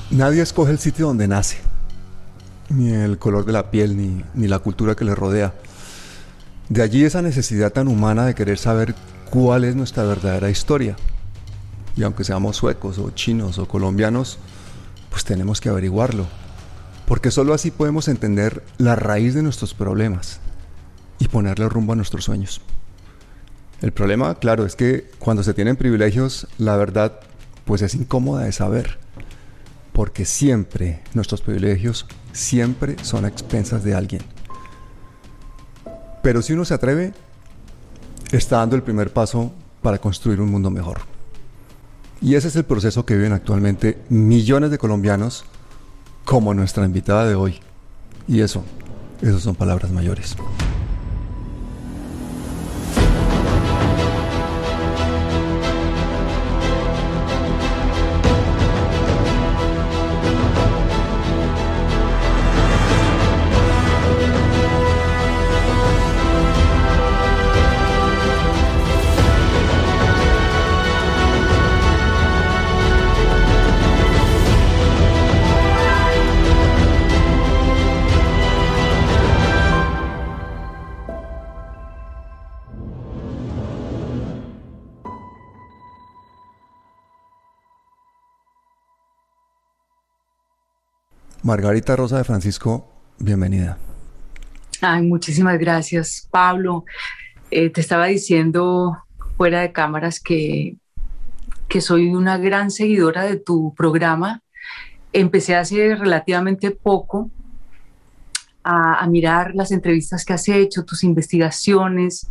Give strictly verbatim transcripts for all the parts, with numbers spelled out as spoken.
Nadie escoge el sitio donde nace, ni el color de la piel, ni, ni la cultura que le rodea. De allí esa necesidad tan humana de querer saber cuál es nuestra verdadera historia. Y aunque seamos suecos o chinos o colombianos, pues tenemos que averiguarlo. Porque solo así podemos entender la raíz de nuestros problemas y ponerle rumbo a nuestros sueños. El problema, claro, es que cuando se tienen privilegios, la verdad pues es incómoda de saber. Porque siempre, nuestros privilegios siempre son a expensas de alguien. Pero si uno se atreve, está dando el primer paso para construir un mundo mejor. Y ese es el proceso que viven actualmente millones de colombianos, como nuestra invitada de hoy. Y eso, eso son palabras mayores. Margarita Rosa de Francisco, bienvenida. Ay, muchísimas gracias, Pablo. Eh, te estaba diciendo fuera de cámaras que, que soy una gran seguidora de tu programa. Empecé hace relativamente poco a, a mirar las entrevistas que has hecho, tus investigaciones,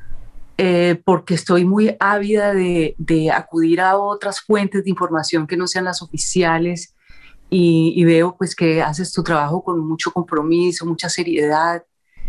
eh, porque estoy muy ávida de, de acudir a otras fuentes de información que no sean las oficiales. Y, y veo pues que haces tu trabajo con mucho compromiso, mucha seriedad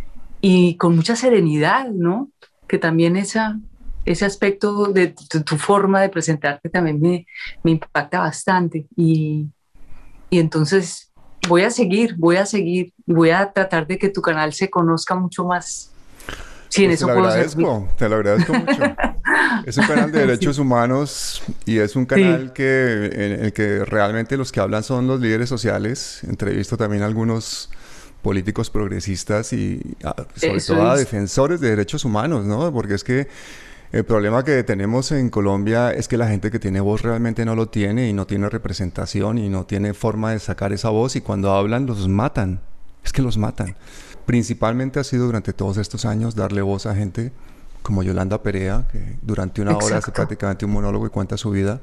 y con mucha serenidad, ¿no? Que también esa, ese aspecto de tu, tu forma de presentarte también me, me impacta bastante. Y, y entonces voy a seguir, voy a seguir, voy a tratar de que tu canal se conozca mucho más. Si en Pues te eso lo puedo servir. agradezco, te lo agradezco mucho. Es un canal de derechos Sí. humanos y es un Sí. canal que, en el que realmente los que hablan son los líderes sociales. Entrevisto también a algunos políticos progresistas y a, sobre Eso todo a es. defensores de derechos humanos, ¿no? Porque es que el problema que tenemos en Colombia es que la gente que tiene voz realmente no lo tiene y no tiene representación y no tiene forma de sacar esa voz y cuando hablan los matan. Es que los matan. Principalmente ha sido durante todos estos años darle voz a gente como Yolanda Perea, que durante una hora hace Exacto. prácticamente un monólogo y cuenta su vida.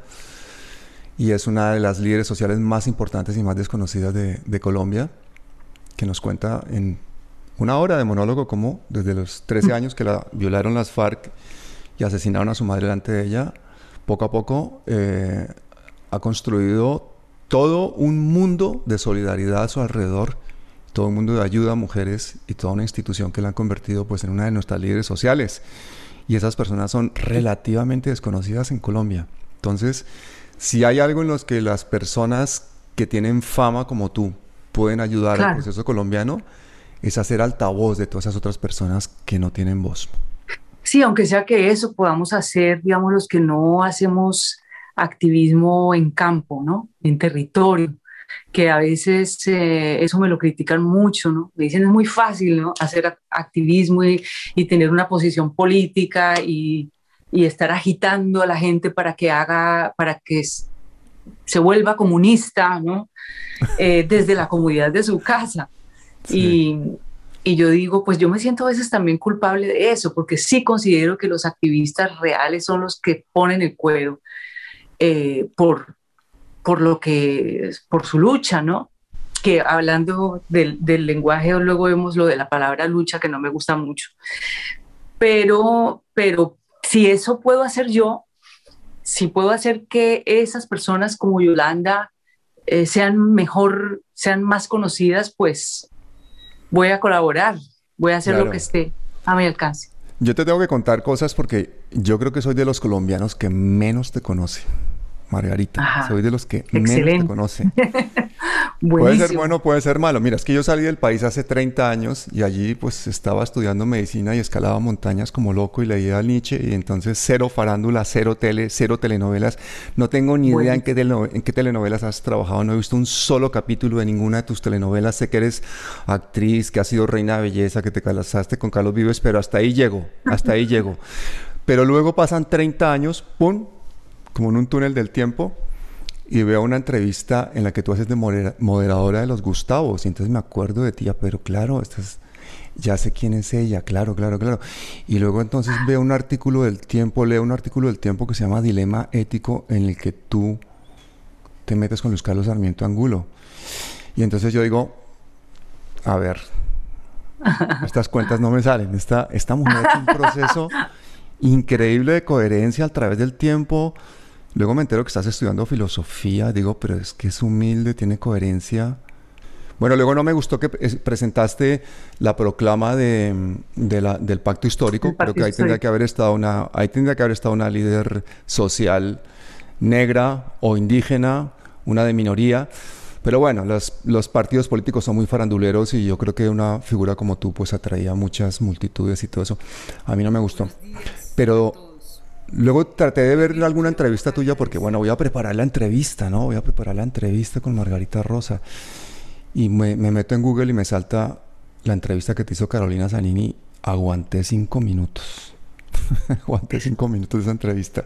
Y es una de las líderes sociales más importantes y más desconocidas de, de Colombia, que nos cuenta en una hora de monólogo cómo desde los trece años que la violaron las FARC y asesinaron a su madre delante de ella, poco a poco eh, ha construido todo un mundo de solidaridad a su alrededor, todo un mundo de ayuda a mujeres y toda una institución que la han convertido pues en una de nuestras líderes sociales. Y esas personas son relativamente desconocidas en Colombia. Entonces, si hay algo en los que las personas que tienen fama como tú pueden ayudar al Claro. proceso colombiano, es hacer altavoz de todas esas otras personas que no tienen voz. Sí, aunque sea que eso podamos hacer, digamos, los que no hacemos activismo en campo, ¿no? En territorio, que a veces eh, eso me lo critican mucho, ¿no? Me dicen es muy fácil, ¿no? Hacer ac- activismo y, y tener una posición política y, y estar agitando a la gente para que haga, para que s- se vuelva comunista, ¿no? Eh, desde la comodidad de su casa. Sí, Y, y yo digo, pues yo me siento a veces también culpable de eso, porque sí considero que los activistas reales son los que ponen el cuero eh, por, por lo que, por su lucha, ¿no? Que hablando del, del lenguaje, luego vemos lo de la palabra lucha, que no me gusta mucho. Pero, pero si eso puedo hacer yo, si puedo hacer que esas personas como Yolanda eh, sean mejor, sean más conocidas, pues voy a colaborar, voy a hacer lo que claro. esté a mi alcance. Yo te tengo que contar cosas porque yo creo que soy de los colombianos que menos te conoce. Margarita. Ajá. Soy de los que Excelente. menos te conoce. Puede ser bueno, puede ser malo. Mira, es que yo salí del país hace treinta años y allí pues estaba estudiando medicina y escalaba montañas como loco y leía a Nietzsche y entonces cero farándula, cero tele, cero telenovelas. No tengo ni Bueno. idea en qué, teleno- en qué telenovelas has trabajado. No he visto un solo capítulo de ninguna de tus telenovelas. Sé que eres actriz, que has sido reina de belleza, que te casaste con Carlos Vives, pero hasta ahí llego, hasta ahí llego. Pero luego pasan treinta años, ¡pum!, como en un túnel del tiempo. Y veo una entrevista en la que tú haces de modera- moderadora de los Gustavos. Y entonces me acuerdo de ti, ah, pero claro, esta es- ya sé quién es ella, claro, claro, claro. Y luego entonces veo un artículo del Tiempo, leo un artículo del Tiempo que se llama Dilema Ético, en el que tú te metes con Luis Carlos Sarmiento Angulo. Y entonces yo digo, a ver, estas cuentas no me salen. Esta, esta mujer ha hecho un proceso increíble de coherencia a través del tiempo. Luego me entero que estás estudiando filosofía. Digo, pero es que es humilde, tiene coherencia. Bueno, luego no me gustó que eh, presentaste la proclama de, de la, del pacto histórico. El Creo pacto que ahí tendría histórico. que haber estado una, ahí tendría que haber estado una líder social negra o indígena, una de minoría. Pero bueno, los, los partidos políticos son muy faranduleros y yo creo que una figura como tú pues atraía muchas multitudes y todo eso. A mí no me gustó. Pero luego traté de ver alguna entrevista tuya porque, bueno, voy a preparar la entrevista, ¿no? Voy a preparar la entrevista con Margarita Rosa. Y me, me meto en Google y me salta la entrevista que te hizo Carolina Zanini. Aguanté cinco minutos. Aguanté cinco minutos de esa entrevista.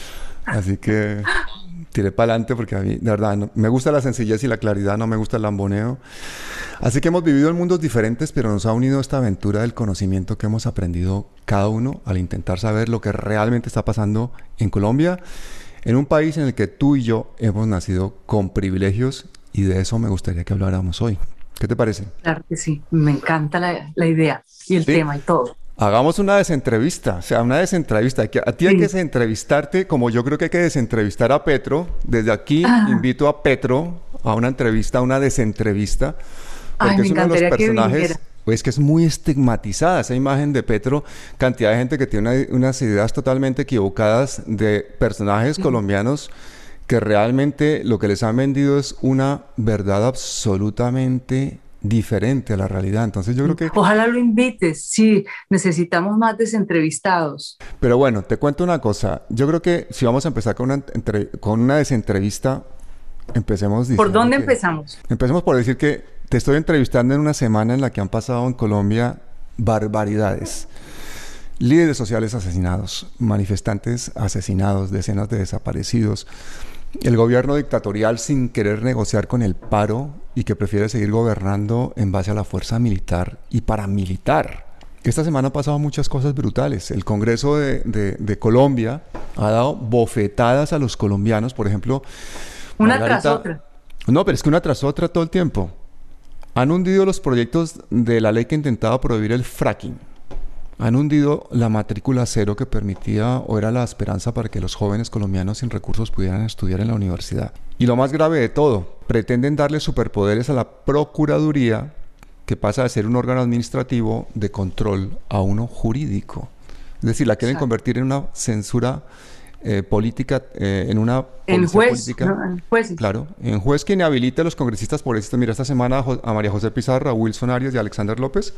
Así que tiré para adelante porque a mí, de verdad, no- me gusta la sencillez y la claridad, no me gusta el lamboneo. Así que hemos vivido en mundos diferentes, pero nos ha unido esta aventura del conocimiento que hemos aprendido cada uno al intentar saber lo que realmente está pasando en Colombia, en un país en el que tú y yo hemos nacido con privilegios y de eso me gustaría que habláramos hoy. ¿Qué te parece? Claro que sí. Me encanta la, la idea y el Sí. tema y todo. Hagamos una desentrevista, o sea, una desentrevista. Hay que- A ti hay Sí. que desentrevistarte, como yo creo que hay que desentrevistar a Petro. Desde aquí Ah. invito a Petro a una entrevista, a una desentrevista, porque Ay, me es uno de los encantaría que personajes, viniera. pues que es muy estigmatizada esa imagen de Petro, cantidad de gente que tiene una- unas ideas totalmente equivocadas de personajes Sí. colombianos que realmente lo que les han vendido es una verdad absolutamente diferente a la realidad. Entonces yo creo que... Ojalá lo invites. Sí, necesitamos más desentrevistados. Pero bueno, te cuento una cosa. Yo creo que si vamos a empezar con una, entre- con una desentrevista, empecemos ¿Por diciendo dónde que- empezamos? Empecemos por decir que te estoy entrevistando en una semana en la que han pasado en Colombia barbaridades. Líderes sociales asesinados, manifestantes asesinados, decenas de desaparecidos, el gobierno dictatorial sin querer negociar con el paro y que prefiere seguir gobernando en base a la fuerza militar y paramilitar. Esta semana han pasado muchas cosas brutales. El Congreso de, de- de Colombia ha dado bofetadas a los colombianos, por ejemplo. Una Margarita- tras otra. No, pero es que una tras otra todo el tiempo. Han hundido los proyectos de la ley que intentaba prohibir el fracking. Han hundido la matrícula cero que permitía o era la esperanza para que los jóvenes colombianos sin recursos pudieran estudiar en la universidad. Y lo más grave de todo, pretenden darle superpoderes a la Procuraduría, que pasa de ser un órgano administrativo de control a uno jurídico. Es decir, la quieren Exacto. convertir en una censura eh, política, eh, en una En policía juez, política. ¿no? En jueces. Claro, en juez que inhabilite a los congresistas progresistas. Mira, esta semana a, Jo- a María José Pizarro, a Wilson Arias y a Alexander López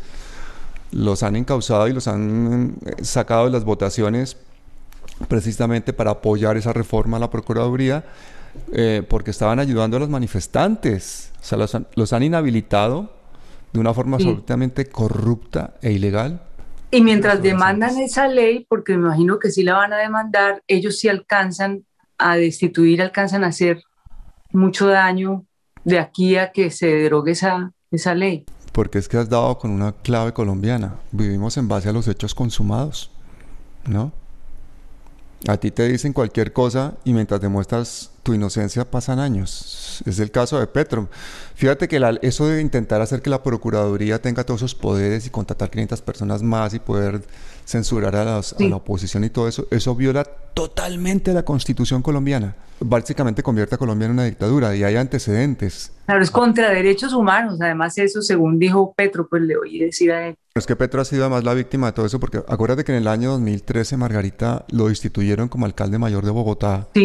los han encausado y los han eh, sacado de las votaciones precisamente para apoyar esa reforma a la Procuraduría eh, porque estaban ayudando a los manifestantes. O sea, los han, los han inhabilitado de una forma Sí. absolutamente corrupta e ilegal. Y mientras Los adolescentes. demandan esa ley, porque me imagino que sí la van a demandar, ellos sí alcanzan a destituir, alcanzan a hacer mucho daño de aquí a que se derogue esa, esa ley. Porque es que has dado con una clave colombiana. Vivimos en base a los hechos consumados, ¿no? A ti te dicen cualquier cosa y mientras demuestras tu inocencia pasan años. Es el caso de Petro. Fíjate que la- eso de intentar hacer que la Procuraduría tenga todos esos poderes y contratar quinientas personas más y poder censurar a, las- Sí. a la oposición y todo eso, eso viola totalmente la Constitución colombiana. Básicamente convierte a Colombia en una dictadura y hay antecedentes. Claro, es contra derechos humanos. Además, eso, según dijo Petro, pues le oí decir a él. Es que Petro ha sido además la víctima de todo eso, porque acuérdate que en el año dos mil trece Margarita lo destituyeron como alcalde mayor de Bogotá Sí,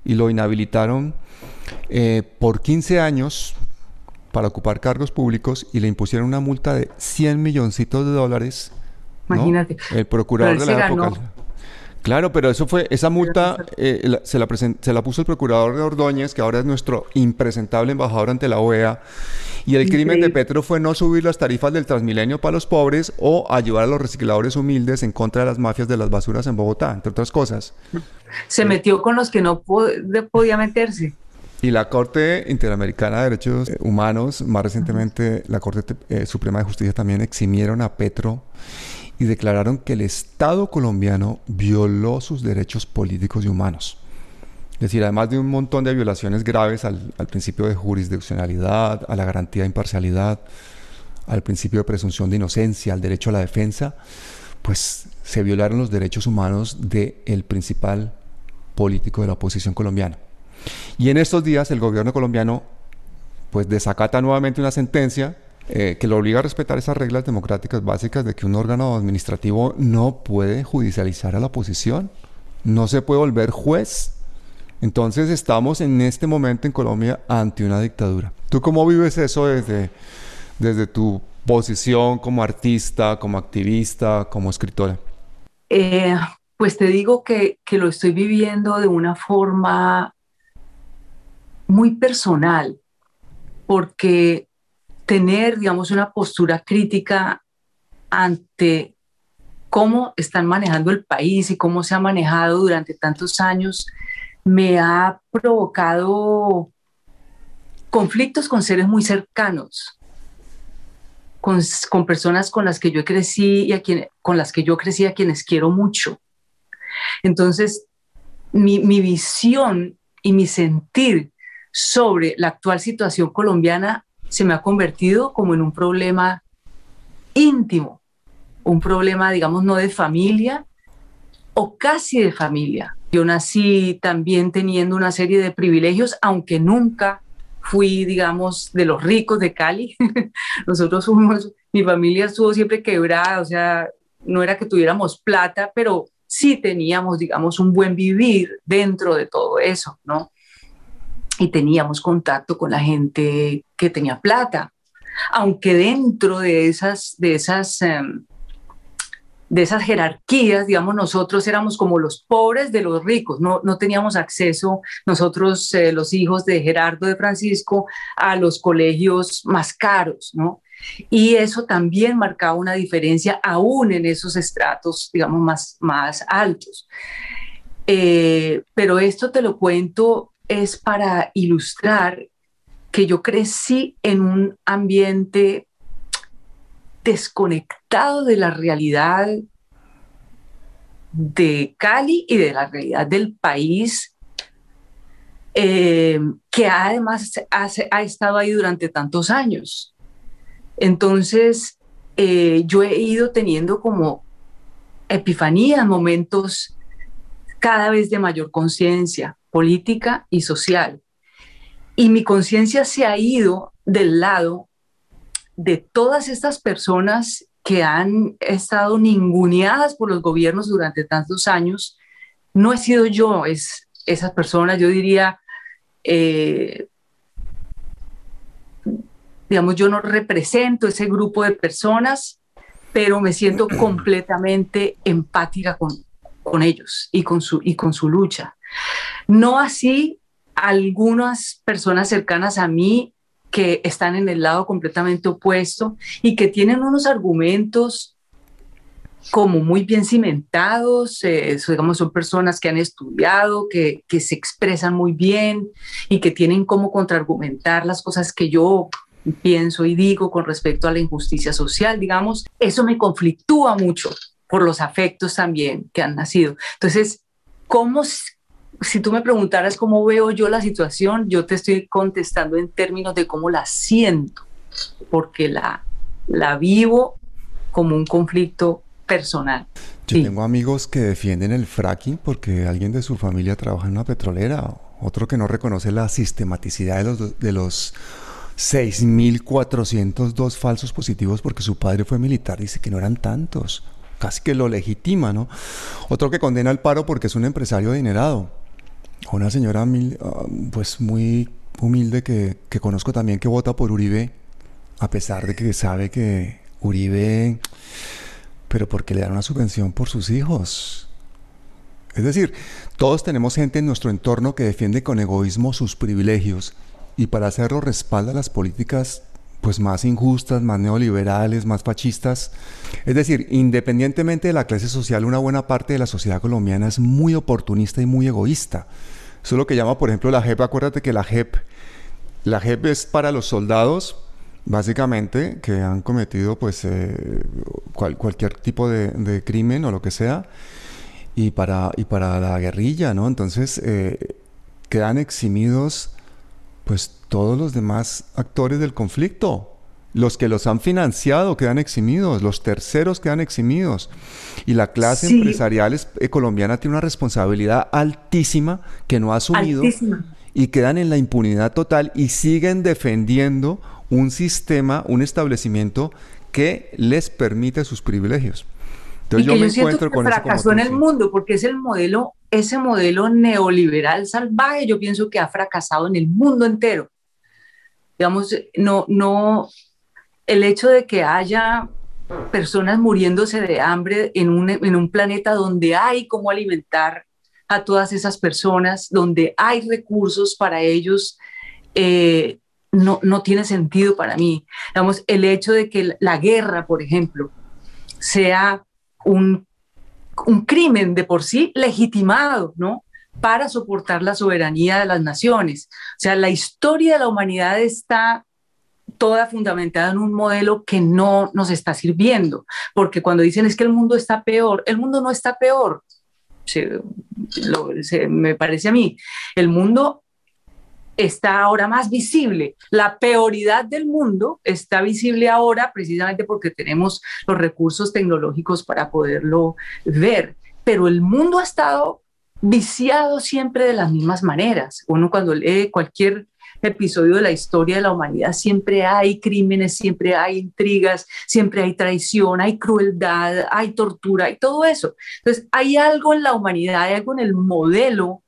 y lo inhabilitaron eh, por quince años para ocupar cargos públicos y le impusieron una multa de cien milloncitos de dólares. Imagínate. ¿No? El procurador de la época. Claro, pero eso fue, esa multa eh, la, se, la present, se la puso el procurador de Ordóñez, que ahora es nuestro impresentable embajador ante la O E A. Y el Increíble. crimen de Petro fue no subir las tarifas del Transmilenio para los pobres o ayudar a los recicladores humildes en contra de las mafias de las basuras en Bogotá, entre otras cosas. Se metió con los que no pod podía meterse. Y la Corte Interamericana de Derechos Humanos, más recientemente la Corte eh, Suprema de Justicia también eximieron a Petro y declararon que el Estado colombiano violó sus derechos políticos y humanos. Es decir, además de un montón de violaciones graves al, al principio de jurisdiccionalidad, a la garantía de imparcialidad, al principio de presunción de inocencia, al derecho a la defensa, pues se violaron los derechos humanos del principal político de la oposición colombiana. Y en estos días el gobierno colombiano pues desacata nuevamente una sentencia Eh, que lo obliga a respetar esas reglas democráticas básicas de que un órgano administrativo no puede judicializar a la oposición, no se puede volver juez. Entonces estamos en este momento en Colombia ante una dictadura. ¿Tú cómo vives eso desde, desde tu posición como artista, como activista, como escritora? Eh, pues te digo que, que lo estoy viviendo de una forma muy personal, porque tener, digamos, una postura crítica ante cómo están manejando el país y cómo se ha manejado durante tantos años me ha provocado conflictos con seres muy cercanos, con, con personas con las que yo crecí y a quien, con las que yo crecí, a quienes quiero mucho. Entonces, mi, mi visión y mi sentir sobre la actual situación colombiana se me ha convertido como en un problema íntimo, un problema, digamos, no de familia o casi de familia. Yo nací también teniendo una serie de privilegios, aunque nunca fui, digamos, de los ricos de Cali. Nosotros fuimos, mi familia estuvo siempre quebrada, o sea, no era que tuviéramos plata, pero sí teníamos, digamos, un buen vivir dentro de todo eso, ¿no? Y teníamos contacto con la gente que tenía plata, aunque dentro de esas, de esas, um, de esas jerarquías, digamos, nosotros éramos como los pobres de los ricos, no, no teníamos acceso, nosotros, eh, los hijos de Gerardo de Francisco, a los colegios más caros, ¿no? Y eso también marcaba una diferencia aún en esos estratos, digamos, más, más altos. Eh, pero esto te lo cuento es para ilustrar que yo crecí en un ambiente desconectado de la realidad de Cali y de la realidad del país, eh, que además ha, ha estado ahí durante tantos años. Entonces, eh, yo he ido teniendo como epifanías, momentos cada vez de mayor conciencia política y social. Y mi conciencia se ha ido del lado de todas estas personas que han estado ninguneadas por los gobiernos durante tantos años. No he sido yo, es esas personas, yo diría, eh, digamos, yo no represento ese grupo de personas, pero me siento completamente empática con, con ellos y con su, y con su lucha. No así algunas personas cercanas a mí que están en el lado completamente opuesto y que tienen unos argumentos como muy bien cimentados, eh, digamos, son personas que han estudiado, que, que se expresan muy bien y que tienen cómo contraargumentar las cosas que yo pienso y digo con respecto a la injusticia social, digamos. Eso me conflictúa mucho por los afectos también que han nacido. Entonces, ¿cómo, si tú me preguntaras cómo veo yo la situación, yo te estoy contestando en términos de cómo la siento, porque la, la vivo como un conflicto personal. Yo sí. tengo amigos que defienden el fracking porque alguien de su familia trabaja en una petrolera, otro que no reconoce la sistematicidad de los, de los seis mil cuatrocientos dos falsos positivos porque su padre fue militar, dice que no eran tantos, casi que lo legitima, ¿no? Otro que condena el paro porque es un empresario adinerado. a una señora mil, uh, pues muy humilde que, que conozco también, que vota por Uribe, a pesar de que sabe que Uribe, pero porque le dan una subvención por sus hijos. Es decir, todos tenemos gente en nuestro entorno que defiende con egoísmo sus privilegios y para hacerlo respalda las políticas pues más injustas, más neoliberales, más fascistas. Es decir, independientemente de la clase social, una buena parte de la sociedad colombiana es muy oportunista y muy egoísta. Eso es lo que llama, por ejemplo, la J E P. Acuérdate que la J E P, la J E P es para los soldados, básicamente, que han cometido pues eh, cual, cualquier tipo de, de crimen o lo que sea, y para, y para la guerrilla, ¿no? Entonces, eh, quedan eximidos pues todos los demás actores del conflicto. Los que los han financiado quedan eximidos, los terceros quedan eximidos. Y la clase sí. empresarial es, eh, colombiana tiene una responsabilidad altísima que no ha asumido. Altísima. Y quedan en la impunidad total y siguen defendiendo un sistema, un establecimiento que les permite sus privilegios. Entonces y yo, yo me encuentro que con fracasó en el mundo porque es el modelo, ese modelo neoliberal salvaje, yo pienso que ha fracasado en el mundo entero. Digamos, no, no, el hecho de que haya personas muriéndose de hambre en un, en un planeta donde hay cómo alimentar a todas esas personas, donde hay recursos para ellos, eh, no, no tiene sentido para mí. Digamos, el hecho de que la guerra, por ejemplo, sea Un, un crimen de por sí legitimado, ¿no? Para soportar la soberanía de las naciones. O sea, la historia de la humanidad está toda fundamentada en un modelo que no nos está sirviendo, porque cuando dicen es que el mundo está peor, el mundo no está peor, se, lo, se, me parece a mí, el mundo está ahora más visible. La peoridad del mundo está visible ahora precisamente porque tenemos los recursos tecnológicos para poderlo ver. Pero el mundo ha estado viciado siempre de las mismas maneras. Uno cuando lee cualquier episodio de la historia de la humanidad, siempre hay crímenes, siempre hay intrigas, siempre hay traición, hay crueldad, hay tortura, hay todo eso. Entonces, hay algo en la humanidad, hay algo en el modelo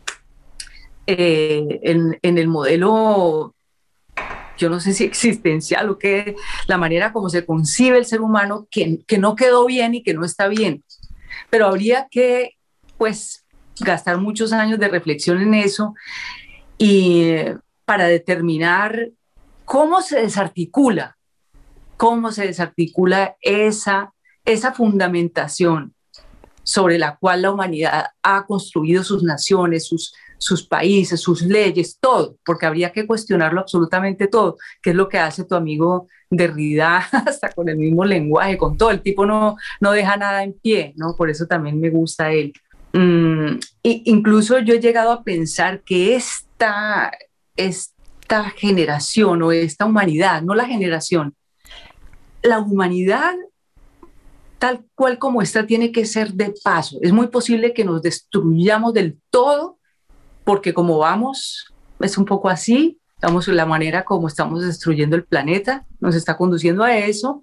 Eh, en, en el modelo, yo no sé si existencial o qué, la manera como se concibe el ser humano, que, que no quedó bien y que no está bien. Pero habría que, pues, gastar muchos años de reflexión en eso y eh, para determinar cómo se desarticula, cómo se desarticula esa, esa fundamentación sobre la cual la humanidad ha construido sus naciones, sus sus países, sus leyes, todo, porque habría que cuestionarlo absolutamente todo, que es lo que hace tu amigo Derrida, hasta con el mismo lenguaje, con todo, el tipo no, no deja nada en pie, ¿no? Por eso también me gusta él. Mm, e incluso yo he llegado a pensar que esta, esta generación o esta humanidad, no la generación, la humanidad tal cual como esta tiene que ser de paso. Es muy posible que nos destruyamos del todo porque como vamos, es un poco así, vamos, la manera como estamos destruyendo el planeta nos está conduciendo a eso,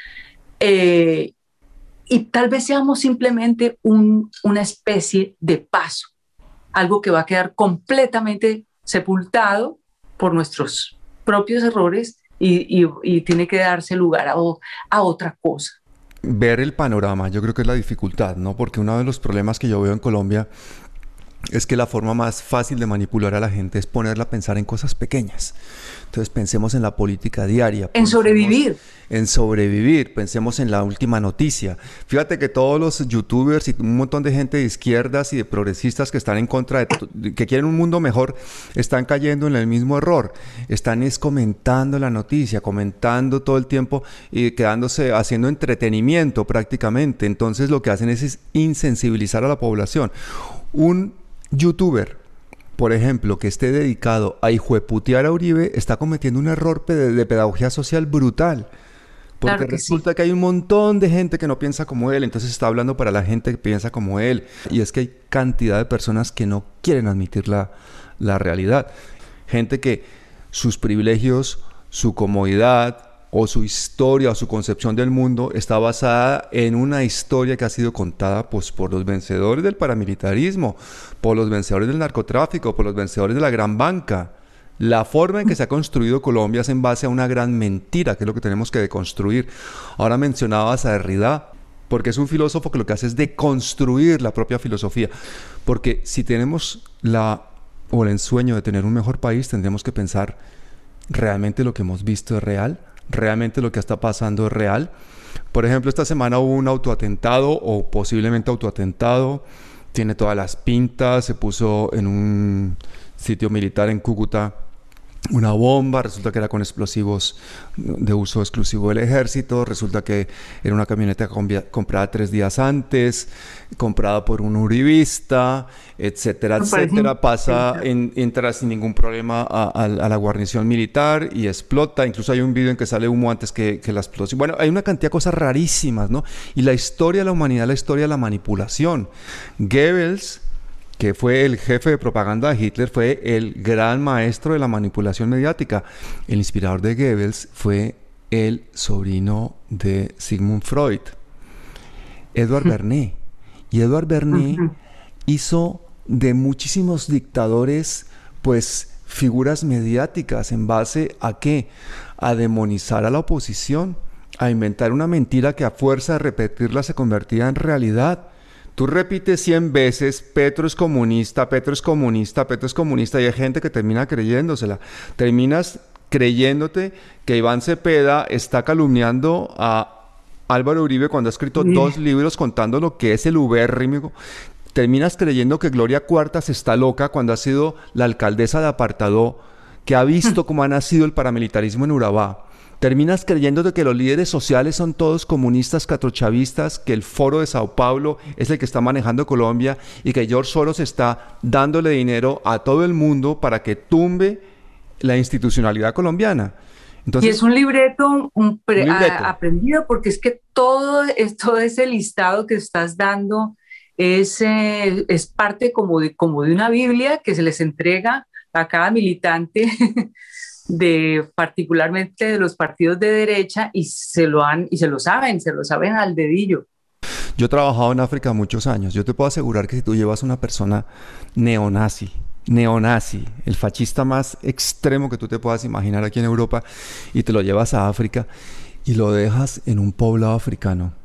eh, y tal vez seamos simplemente un, una especie de paso, algo que va a quedar completamente sepultado por nuestros propios errores y, y, y tiene que darse lugar a, a otra cosa. Ver el panorama, yo creo que es la dificultad, ¿no? Porque uno de los problemas que yo veo en Colombia es que la forma más fácil de manipular a la gente es ponerla a pensar en cosas pequeñas. Entonces pensemos en la política diaria. En sobrevivir. En sobrevivir, pensemos en la última noticia. Fíjate que todos los youtubers y un montón de gente de izquierdas y de progresistas que están en contra de, que quieren un mundo mejor, están cayendo en el mismo error. Están es comentando la noticia, comentando todo el tiempo y quedándose, haciendo entretenimiento prácticamente. Entonces lo que hacen es, es insensibilizar a la población. Un youtuber, por ejemplo, que esté dedicado a hijueputear a Uribe, está cometiendo un error de, de pedagogía social brutal. Porque claro que resulta sí. que hay un montón de gente que no piensa como él, entonces está hablando para la gente que piensa como él. Y es que hay cantidad de personas que no quieren admitir la, la realidad. Gente que sus privilegios, su comodidad o su historia o su concepción del mundo está basada en una historia que ha sido contada pues, por los vencedores del paramilitarismo, por los vencedores del narcotráfico, por los vencedores de la gran banca. La forma en que se ha construido Colombia es en base a una gran mentira, que es lo que tenemos que deconstruir. Ahora mencionabas a Derrida, porque es un filósofo que lo que hace es deconstruir la propia filosofía. Porque si tenemos la, o el ensueño de tener un mejor país, tendremos que pensar, ¿realmente lo que hemos visto es real? ¿Realmente lo que está pasando es real? Por ejemplo, esta semana hubo un autoatentado o posiblemente autoatentado. Tiene todas las pintas, se puso en un sitio militar en Cúcuta una bomba, resulta que era con explosivos de uso exclusivo del ejército, resulta que era una camioneta comprada tres días antes, comprada por un uribista, etcétera, etcétera, pasa, en, entra sin ningún problema a, a, a la guarnición militar y explota, incluso hay un video en que sale humo antes que, que la explosión. Bueno, hay una cantidad de cosas rarísimas, ¿no? Y la historia de la humanidad, la historia de la manipulación. Goebbels, que fue el jefe de propaganda de Hitler, fue el gran maestro de la manipulación mediática. El inspirador de Goebbels fue el sobrino de Sigmund Freud, Edward Bernays. Y Edward Bernays hizo de muchísimos dictadores, pues, figuras mediáticas. ¿En base a qué? A demonizar a la oposición, a inventar una mentira que a fuerza de repetirla se convertía en realidad. Tú repites cien veces, Petro es comunista, Petro es comunista, Petro es comunista, y hay gente que termina creyéndosela. Terminas creyéndote que Iván Cepeda está calumniando a Álvaro Uribe cuando ha escrito sí. dos libros contando lo que es el ubérrimo. Terminas creyendo que Gloria Cuartas está loca cuando ha sido la alcaldesa de Apartadó, que ha visto cómo ha nacido el paramilitarismo en Urabá. Terminas creyendo que los líderes sociales son todos comunistas catrochavistas, que el Foro de Sao Paulo es el que está manejando Colombia y que George Soros está dándole dinero a todo el mundo para que tumbe la institucionalidad colombiana. Entonces, y es un libreto, un pre, un libreto. A, aprendido, porque es que todo, es, todo ese listado que estás dando es, eh, es parte como de, como de una Biblia que se les entrega a cada militante de particularmente de los partidos de derecha y se lo han y se lo saben, se lo saben al dedillo. Yo he trabajado en África muchos años. Yo te puedo asegurar que si tú llevas una persona neonazi, neonazi, el fascista más extremo que tú te puedas imaginar aquí en Europa, y te lo llevas a África y lo dejas en un poblado africano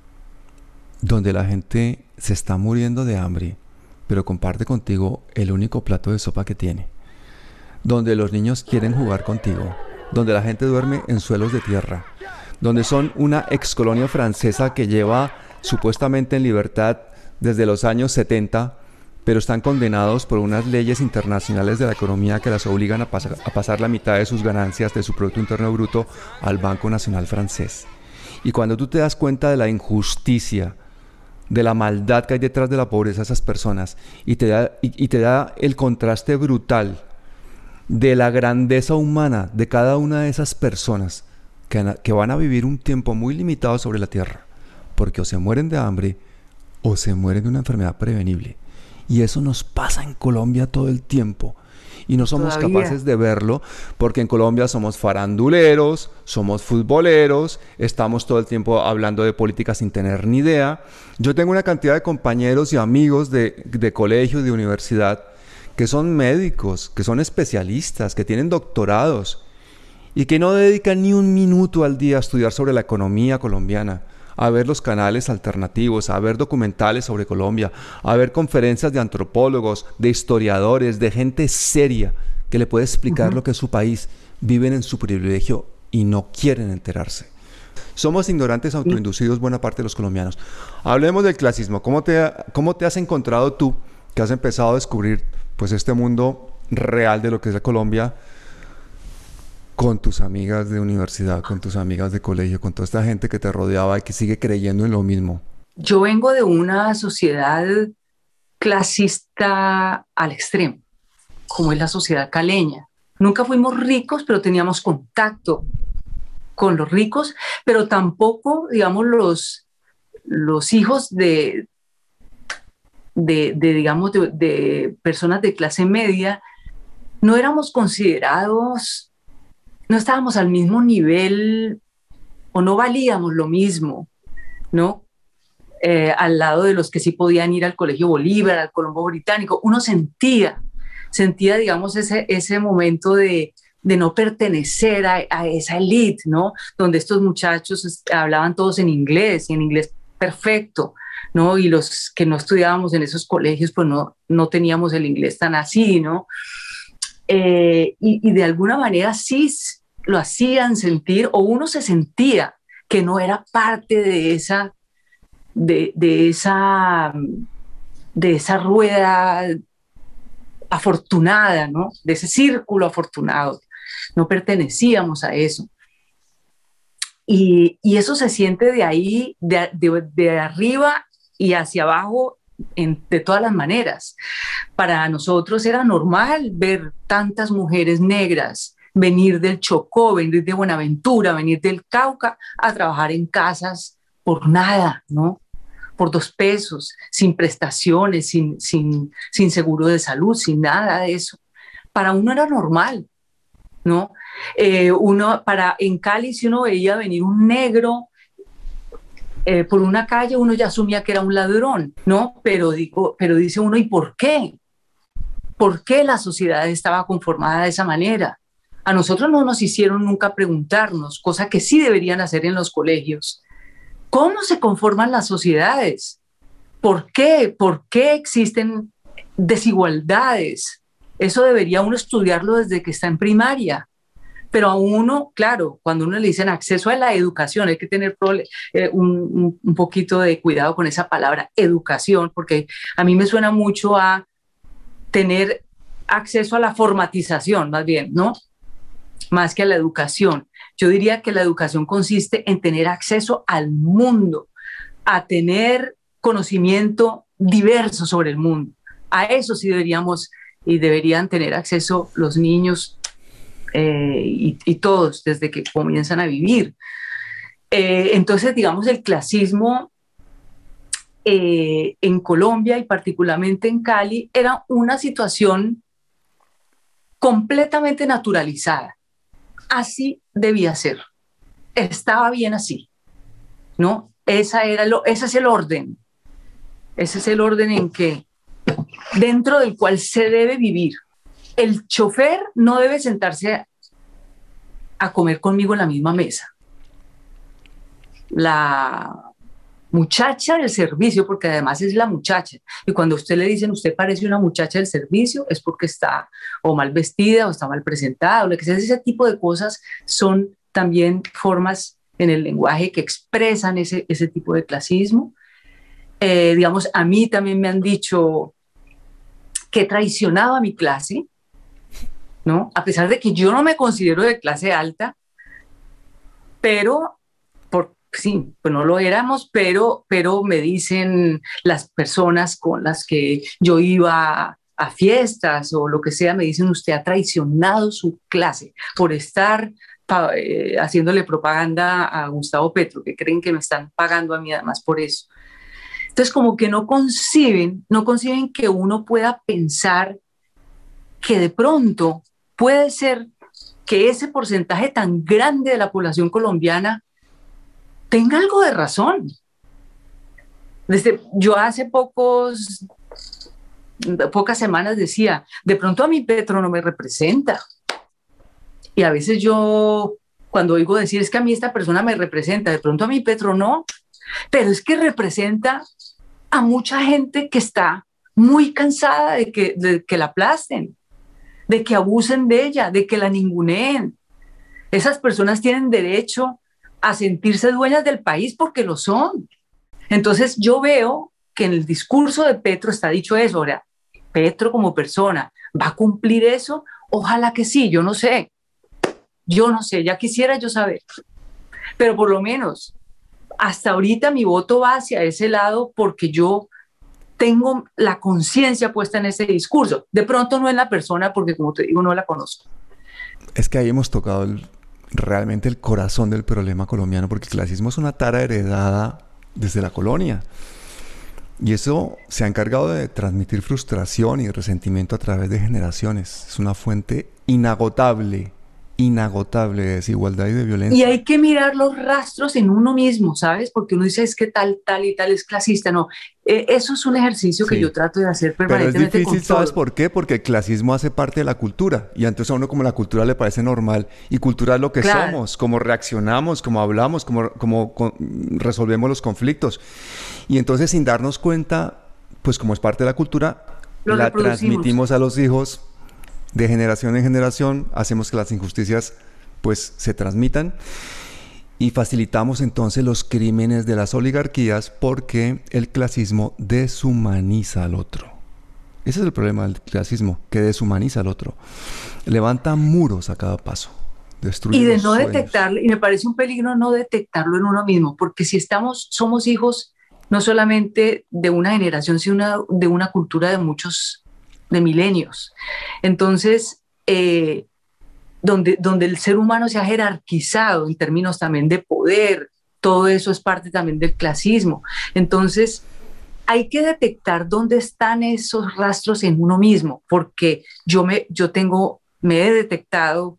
donde la gente se está muriendo de hambre, pero comparte contigo el único plato de sopa que tiene, donde los niños quieren jugar contigo, donde la gente duerme en suelos de tierra, donde son una excolonia francesa que lleva supuestamente en libertad desde los años setenta, pero están condenados por unas leyes internacionales de la economía que las obligan a, pas- a pasar la mitad de sus ganancias de su Producto Interno Bruto al Banco Nacional francés. Y cuando tú te das cuenta de la injusticia, de la maldad que hay detrás de la pobreza de esas personas, y te da, y, y te da el contraste brutal de la grandeza humana de cada una de esas personas que, que van a vivir un tiempo muy limitado sobre la tierra, porque o se mueren de hambre o se mueren de una enfermedad prevenible. Y eso nos pasa en Colombia todo el tiempo. Y no somos Todavía. capaces de verlo porque en Colombia somos faranduleros, somos futboleros, estamos todo el tiempo hablando de política sin tener ni idea. Yo tengo una cantidad de compañeros y amigos de, de colegio y de universidad que son médicos, que son especialistas, que tienen doctorados y que no dedican ni un minuto al día a estudiar sobre la economía colombiana, a ver los canales alternativos, a ver documentales sobre Colombia, a ver conferencias de antropólogos, de historiadores, de gente seria que le puede explicar uh-huh. lo que es su país. Viven en su privilegio y no quieren enterarse. Somos ignorantes autoinducidos buena parte de los colombianos. Hablemos del clasismo. ¿Cómo te, cómo te has encontrado tú que has empezado a descubrir pues este mundo real de lo que es la Colombia con tus amigas de universidad, con tus amigas de colegio, con toda esta gente que te rodeaba y que sigue creyendo en lo mismo? Yo vengo de una sociedad clasista al extremo, como es la sociedad caleña. Nunca fuimos ricos, pero teníamos contacto con los ricos, pero tampoco, digamos, los, los hijos de, de, de digamos, de, de personas de clase media, no éramos considerados, no estábamos al mismo nivel o no valíamos lo mismo, ¿no? Eh, al lado de los que sí podían ir al Colegio Bolívar, al Colombo Británico, uno sentía, sentía, digamos, ese, ese momento de, de no pertenecer a, a esa élite, ¿no? Donde estos muchachos hablaban todos en inglés, y en inglés perfecto, ¿no? Y los que no estudiábamos en esos colegios, pues no, no teníamos el inglés tan así, ¿no? Eh, y, y de alguna manera sí lo hacían sentir, o uno se sentía que no era parte de esa De, de, esa, de esa rueda afortunada, ¿no? De ese círculo afortunado. No pertenecíamos a eso. Y, y eso se siente de ahí, de, de, de arriba y hacia abajo, en, de todas las maneras. Para nosotros era normal ver tantas mujeres negras venir del Chocó, venir de Buenaventura, venir del Cauca a trabajar en casas por nada, ¿no? Por dos pesos, sin prestaciones, sin, sin, sin seguro de salud, sin nada de eso. Para uno era normal, ¿no? Eh, uno, para, en Cali, si uno veía venir un negro eh, por una calle, uno ya asumía que era un ladrón, ¿no? Pero, digo, pero dice uno, ¿y por qué? ¿Por qué la sociedad estaba conformada de esa manera? A nosotros no nos hicieron nunca preguntarnos, cosa que sí deberían hacer en los colegios. ¿Cómo se conforman las sociedades? ¿Por qué? ¿Por qué existen desigualdades? Eso debería uno estudiarlo desde que está en primaria. Pero a uno, claro, cuando uno le dicen acceso a la educación, hay que tener eh, un, un poquito de cuidado con esa palabra educación, porque a mí me suena mucho a tener acceso a la formatización, más bien, ¿no? Más que a la educación. Yo diría que la educación consiste en tener acceso al mundo, a tener conocimiento diverso sobre el mundo. A eso sí deberíamos y deberían tener acceso los niños eh, y, y todos desde que comienzan a vivir. Eh, entonces, digamos, el clasismo eh, en Colombia y particularmente en Cali era una situación completamente naturalizada. Así debía ser. Estaba bien así, ¿no? Esa era lo, ese es el orden. Ese es el orden en que, dentro del cual se debe vivir. El chofer no debe sentarse a, a comer conmigo en la misma mesa. La muchacha del servicio, porque además es la muchacha, y cuando a usted le dicen usted parece una muchacha del servicio, es porque está o mal vestida o está mal presentada, o lo que sea. Ese tipo de cosas son también formas en el lenguaje que expresan ese, ese tipo de clasismo. Eh, digamos, a mí también me han dicho que he traicionado a mi clase, ¿no? A pesar de que yo no me considero de clase alta, pero por sí, pues no lo éramos, pero, pero me dicen las personas con las que yo iba a, a fiestas o lo que sea, me dicen usted ha traicionado su clase por estar pa, eh, haciéndole propaganda a Gustavo Petro, que creen que me están pagando a mí además por eso. Entonces como que no conciben, no conciben que uno pueda pensar que de pronto puede ser que ese porcentaje tan grande de la población colombiana tenga algo de razón. Desde, yo hace pocos, pocas semanas decía, de pronto a mi Petro no me representa. Y a veces yo, cuando oigo decir, es que a mí esta persona me representa, de pronto a mi Petro no, pero es que representa a mucha gente que está muy cansada de que, de que la aplasten, de que abusen de ella, de que la ninguneen. Esas personas tienen derecho a sentirse dueñas del país porque lo son. Entonces yo veo que en el discurso de Petro está dicho eso. Ahora, Petro como persona, ¿va a cumplir eso? Ojalá que sí, yo no sé. Yo no sé, ya quisiera yo saber. Pero por lo menos, hasta ahorita mi voto va hacia ese lado porque yo tengo la conciencia puesta en ese discurso. De pronto no en la persona porque, como te digo, no la conozco. Es que ahí hemos tocado el, realmente el corazón del problema colombiano, porque el clasismo es una tara heredada desde la colonia. Y eso se ha encargado de transmitir frustración y resentimiento a través de generaciones. Es una fuente inagotable inagotable de desigualdad y de violencia. Y hay que mirar los rastros en uno mismo, ¿sabes? Porque uno dice, es que tal, tal y tal es clasista. No, eh, eso es un ejercicio sí. que yo trato de hacer permanentemente. Pero es difícil, con ¿sabes todo. por qué? Porque el clasismo hace parte de la cultura. Y entonces a uno como la cultura le parece normal. Y cultura es lo que claro. somos, cómo reaccionamos, cómo hablamos, cómo, cómo con, resolvemos los conflictos. Y entonces sin darnos cuenta, pues como es parte de la cultura, lo la transmitimos a los hijos de generación en generación, hacemos que las injusticias pues se transmitan y facilitamos entonces los crímenes de las oligarquías porque el clasismo deshumaniza al otro. Ese es el problema del clasismo, que deshumaniza al otro. Levanta muros a cada paso. Destruye y de los no sueños. detectarlo, y me parece un peligro no detectarlo en uno mismo, porque si estamos, somos hijos no solamente de una generación, sino una, de una cultura de muchos de milenios. Entonces, eh, donde, donde el ser humano se ha jerarquizado en términos también de poder, todo eso es parte también del clasismo. Entonces, hay que detectar dónde están esos rastros en uno mismo, porque yo, me, yo tengo, me he detectado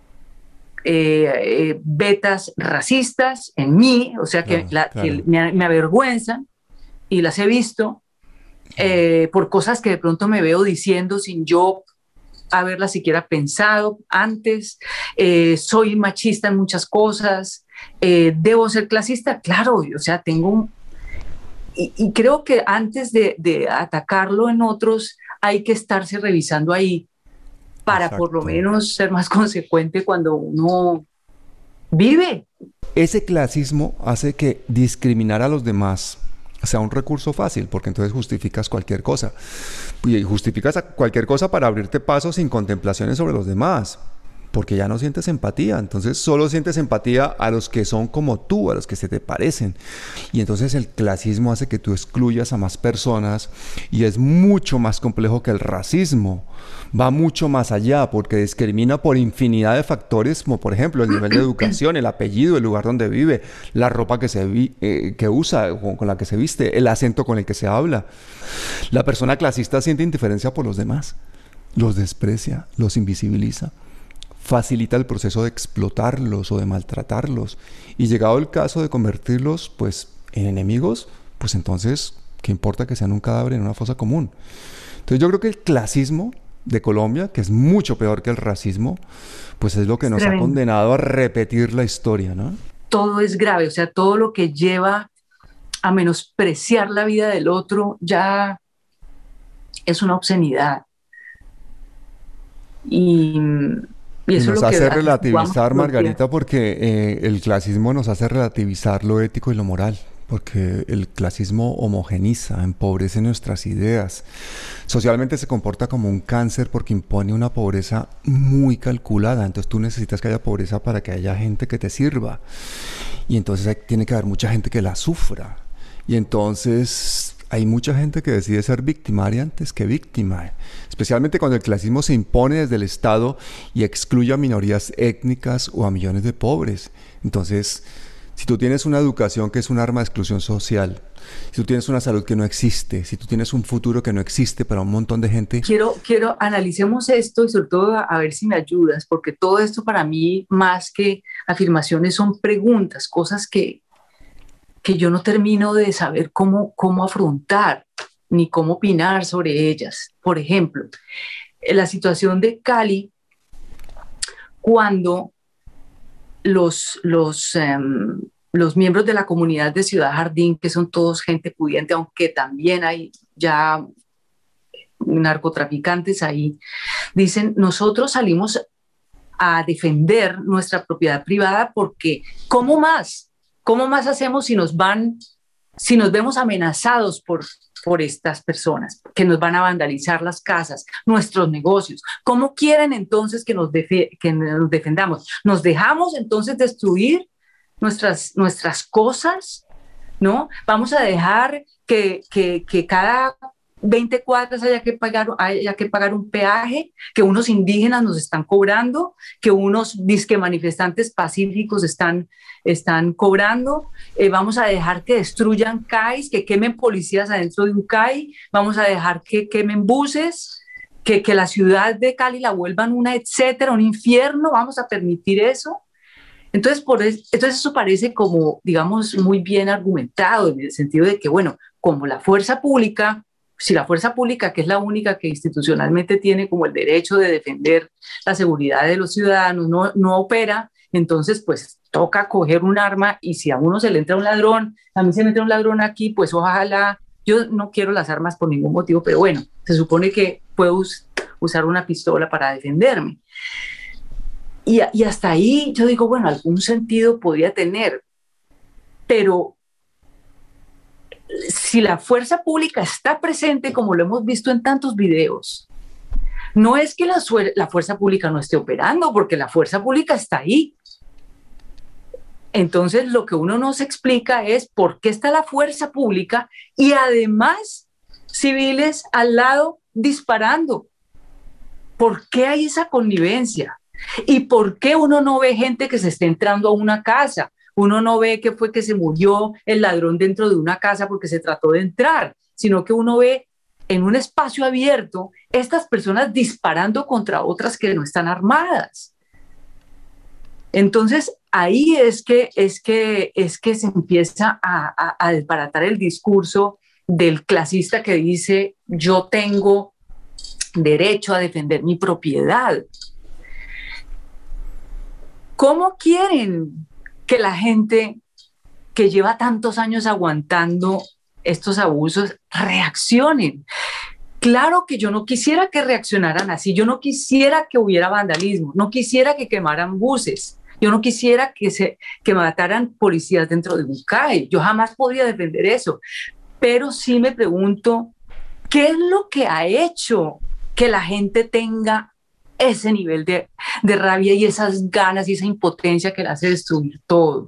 eh, eh, vetas racistas en mí, o sea, que, claro, la, claro. que me, me avergüenzan y las he visto, Eh, por cosas que de pronto me veo diciendo sin yo haberlas siquiera pensado antes, eh, soy machista en muchas cosas, eh, debo ser clasista, claro, o sea, tengo un... Y, y creo que antes de, de atacarlo en otros hay que estarse revisando ahí para Exacto. por lo menos ser más consecuente cuando uno vive. Ese clasismo hace que discriminar a los demás sea un recurso fácil, porque entonces justificas cualquier cosa. Y justificas cualquier cosa para abrirte paso sin contemplaciones sobre los demás, porque ya no sientes empatía. Entonces solo sientes empatía a los que son como tú, a los que se te parecen. Y entonces el clasismo hace que tú excluyas a más personas y es mucho más complejo que el racismo. Va mucho más allá porque discrimina por infinidad de factores, como por ejemplo el nivel de educación, el apellido, el lugar donde vive, la ropa que, se vi, eh, que usa, con, con la que se viste, el acento con el que se habla. La persona clasista siente indiferencia por los demás, los desprecia, los invisibiliza, facilita el proceso de explotarlos o de maltratarlos y llegado el caso de convertirlos pues en enemigos, pues entonces, ¿qué importa que sean un cadáver en una fosa común? Entonces yo creo que el clasismo de Colombia, que es mucho peor que el racismo, pues es lo que nos ha condenado a repetir la historia, ¿no? Todo es grave, o sea, todo lo que lleva a menospreciar la vida del otro ya es una obscenidad. Y, y, eso y nos es lo hace que relativizar, Margarita, porque eh, el clasismo nos hace relativizar lo ético y lo moral. Porque el clasismo homogeniza, empobrece nuestras ideas. Socialmente se comporta como un cáncer porque impone una pobreza muy calculada. Entonces tú necesitas que haya pobreza para que haya gente que te sirva. Y entonces hay, tiene que haber mucha gente que la sufra. Y entonces hay mucha gente que decide ser victimaria antes que víctima. Especialmente cuando el clasismo se impone desde el Estado y excluye a minorías étnicas o a millones de pobres. Entonces... si tú tienes una educación que es un arma de exclusión social, si tú tienes una salud que no existe, si tú tienes un futuro que no existe para un montón de gente... Quiero, quiero analicemos esto y sobre todo a, a ver si me ayudas, porque todo esto para mí, más que afirmaciones, son preguntas, cosas que, que yo no termino de saber cómo, cómo afrontar, ni cómo opinar sobre ellas. Por ejemplo, la situación de Cali, cuando... Los, los, um, los miembros de la comunidad de Ciudad Jardín, que son todos gente pudiente, aunque también hay ya narcotraficantes ahí, dicen, nosotros salimos a defender nuestra propiedad privada porque ¿cómo más? ¿Cómo más hacemos si nos van, si nos vemos amenazados por, por estas personas que nos van a vandalizar las casas, nuestros negocios? ¿Cómo quieren entonces que nos, defe que nos defendamos? ¿Nos dejamos entonces destruir nuestras, nuestras cosas? ¿No? ¿Vamos a dejar que, que, que cada veinte cuadras haya que, pagar, haya que pagar un peaje, que unos indígenas nos están cobrando, que unos disque manifestantes pacíficos están, están cobrando? Eh, vamos a dejar que destruyan C A Is, que quemen policías adentro de un C A I, vamos a dejar que quemen buses, que, que la ciudad de Cali la vuelvan una etcétera, un infierno, vamos a permitir eso. Entonces, por eso, entonces eso parece como, digamos, muy bien argumentado en el sentido de que, bueno, como la fuerza pública, si la fuerza pública, que es la única que institucionalmente tiene como el derecho de defender la seguridad de los ciudadanos, no, no opera, entonces pues toca coger un arma y si a uno se le entra un ladrón, a mí se me entra un ladrón aquí, pues ojalá, yo no quiero las armas por ningún motivo, pero bueno, se supone que puedo us- usar una pistola para defenderme. Y, y hasta ahí yo digo, bueno, algún sentido podría tener, pero si la fuerza pública está presente, como lo hemos visto en tantos videos, no es que la, la fuerza pública no esté operando, porque la fuerza pública está ahí. Entonces, lo que uno no se explica es por qué está la fuerza pública y además civiles al lado disparando. ¿Por qué hay esa connivencia? ¿Y por qué uno no ve gente que se esté entrando a una casa? Uno no ve que fue que se murió el ladrón dentro de una casa porque se trató de entrar, sino que uno ve en un espacio abierto estas personas disparando contra otras que no están armadas. Entonces, ahí es que, es que, es que se empieza a, a, a desbaratar el discurso del clasista que dice yo tengo derecho a defender mi propiedad. ¿Cómo quieren que la gente que lleva tantos años aguantando estos abusos reaccionen? Claro que yo no quisiera que reaccionaran así, yo no quisiera que hubiera vandalismo, no quisiera que quemaran buses, yo no quisiera que, se, que mataran policías dentro de un C A E, yo jamás podría defender eso, pero sí me pregunto, ¿qué es lo que ha hecho que la gente tenga ese nivel de, de rabia y esas ganas y esa impotencia que le hace destruir todo?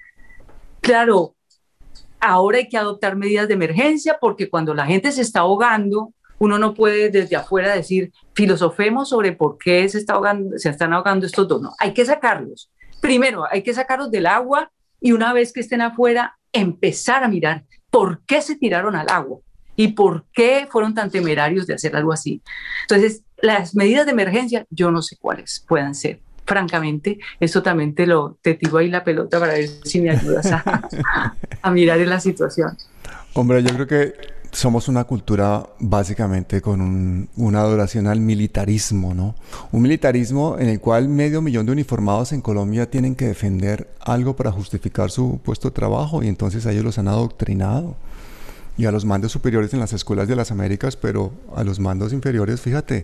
Claro, ahora hay que adoptar medidas de emergencia porque cuando la gente se está ahogando, uno no puede desde afuera decir, filosofemos sobre por qué se, está ahogando, se están ahogando estos dos. No, hay que sacarlos. Primero, hay que sacarlos del agua y una vez que estén afuera, empezar a mirar por qué se tiraron al agua y por qué fueron tan temerarios de hacer algo así. Entonces, las medidas de emergencia, yo no sé cuáles puedan ser. Francamente, esto también te lo te tiro ahí la pelota para ver si me ayudas a, a mirar en la situación. Hombre, yo creo que somos una cultura básicamente con un, una adoración al militarismo, ¿no? Un militarismo en el cual medio millón de uniformados en Colombia tienen que defender algo para justificar su puesto de trabajo y entonces a ellos los han adoctrinado. Y a los mandos superiores en las escuelas de las Américas, pero a los mandos inferiores, fíjate,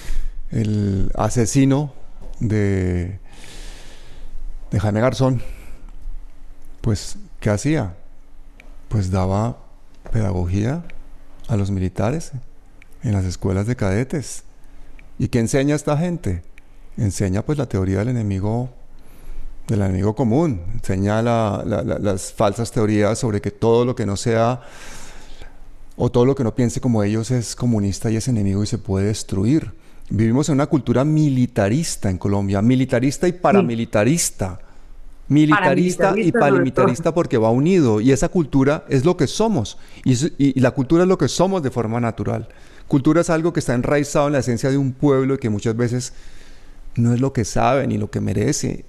el asesino de, de Jaime Garzón, pues, ¿qué hacía? Pues daba pedagogía a los militares en las escuelas de cadetes. ¿Y qué enseña esta gente? Enseña pues la teoría del enemigo del enemigo común, enseña la, la, la, las falsas teorías sobre que todo lo que no sea o todo lo que no piense como ellos es comunista y es enemigo y se puede destruir. Vivimos en una cultura militarista en Colombia, militarista y paramilitarista. Sí. Militarista y paramilitarista porque va unido y esa cultura es lo que somos y, y, y la cultura es lo que somos de forma natural. Cultura es algo que está enraizado en la esencia de un pueblo y que muchas veces no es lo que sabe ni lo que merece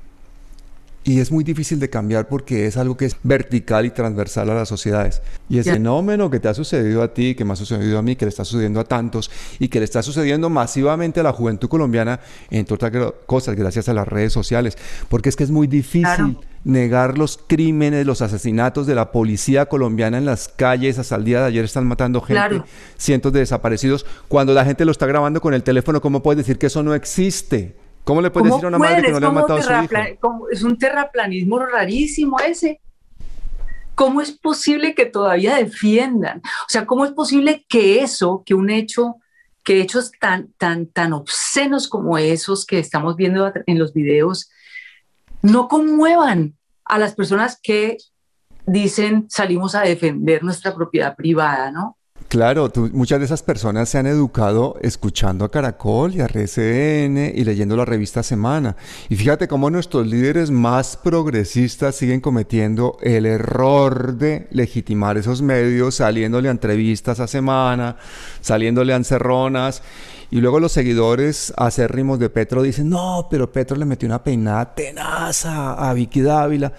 y es muy difícil de cambiar porque es algo que es vertical y transversal a las sociedades. Y ese fenómeno que te ha sucedido a ti, que me ha sucedido a mí, que le está sucediendo a tantos y que le está sucediendo masivamente a la juventud colombiana, entre otras cosas, gracias a las redes sociales. Porque es que es muy difícil claro. negar los crímenes, los asesinatos de la policía colombiana en las calles. Hasta el día de ayer están matando gente, claro. cientos de desaparecidos. Cuando la gente lo está grabando con el teléfono, ¿cómo puedes decir que eso no existe? ¿Cómo le puedes decir a una madre que no le han matado a su hijo? Como, es un terraplanismo rarísimo ese. ¿Cómo es posible que todavía defiendan? O sea, ¿cómo es posible que eso, que un hecho, que hechos tan, tan, tan obscenos como esos que estamos viendo en los videos, no conmuevan a las personas que dicen salimos a defender nuestra propiedad privada, ¿no? Claro, tú- muchas de esas personas se han educado escuchando a Caracol y a R C N y leyendo la revista Semana. Y fíjate cómo nuestros líderes más progresistas siguen cometiendo el error de legitimar esos medios, saliéndole a entrevistas a Semana, saliéndole a encerronas. Y luego los seguidores acérrimos de Petro dicen, no, pero Petro le metió una peinada tenaz a, a Vicky Dávila.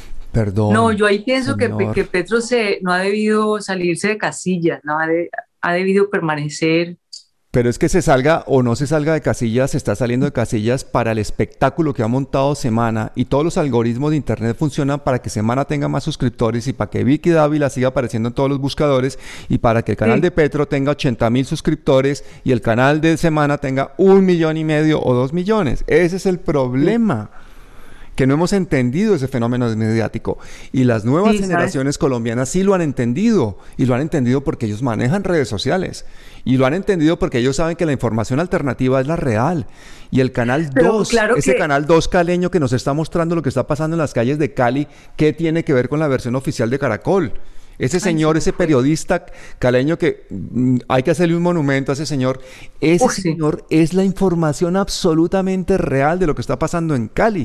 No, Perdón, yo ahí pienso que, Pe- señor. que Petro se, no ha debido salirse de casillas, no ha, de- ha debido permanecer. Pero es que se salga o no se salga de casillas, se está saliendo de casillas para el espectáculo que ha montado Semana y todos los algoritmos de internet funcionan para que Semana tenga más suscriptores y para que Vicky Dávila siga apareciendo en todos los buscadores y para que el canal Sí, de Petro tenga ochenta mil suscriptores y el canal de Semana tenga un millón y medio o dos millones. Ese es el sí, problema, que no hemos entendido ese fenómeno mediático. Y las nuevas sí, ¿sabes? generaciones colombianas sí lo han entendido. Y lo han entendido porque ellos manejan redes sociales. Y lo han entendido porque ellos saben que la información alternativa es la real. Y el canal Pero dos, claro ese que, canal dos caleño que nos está mostrando lo que está pasando en las calles de Cali, ¿qué tiene que ver con la versión oficial de Caracol? Ese ay, se señor, me ese fue. periodista caleño que mm, hay que hacerle un monumento a ese señor, ese Uy, sí, señor es la información absolutamente real de lo que está pasando en Cali.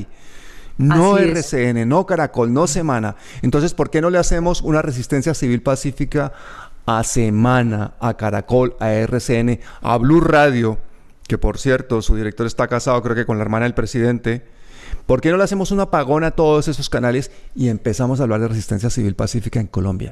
No así es. R C N, no Caracol, no Semana. Entonces, ¿por qué no le hacemos una resistencia civil pacífica a Semana, a Caracol, a R C N, a Blue Radio, que por cierto, su director está casado, creo que con la hermana del presidente? ¿Por qué no le hacemos un apagón a todos esos canales y empezamos a hablar de resistencia civil pacífica en Colombia?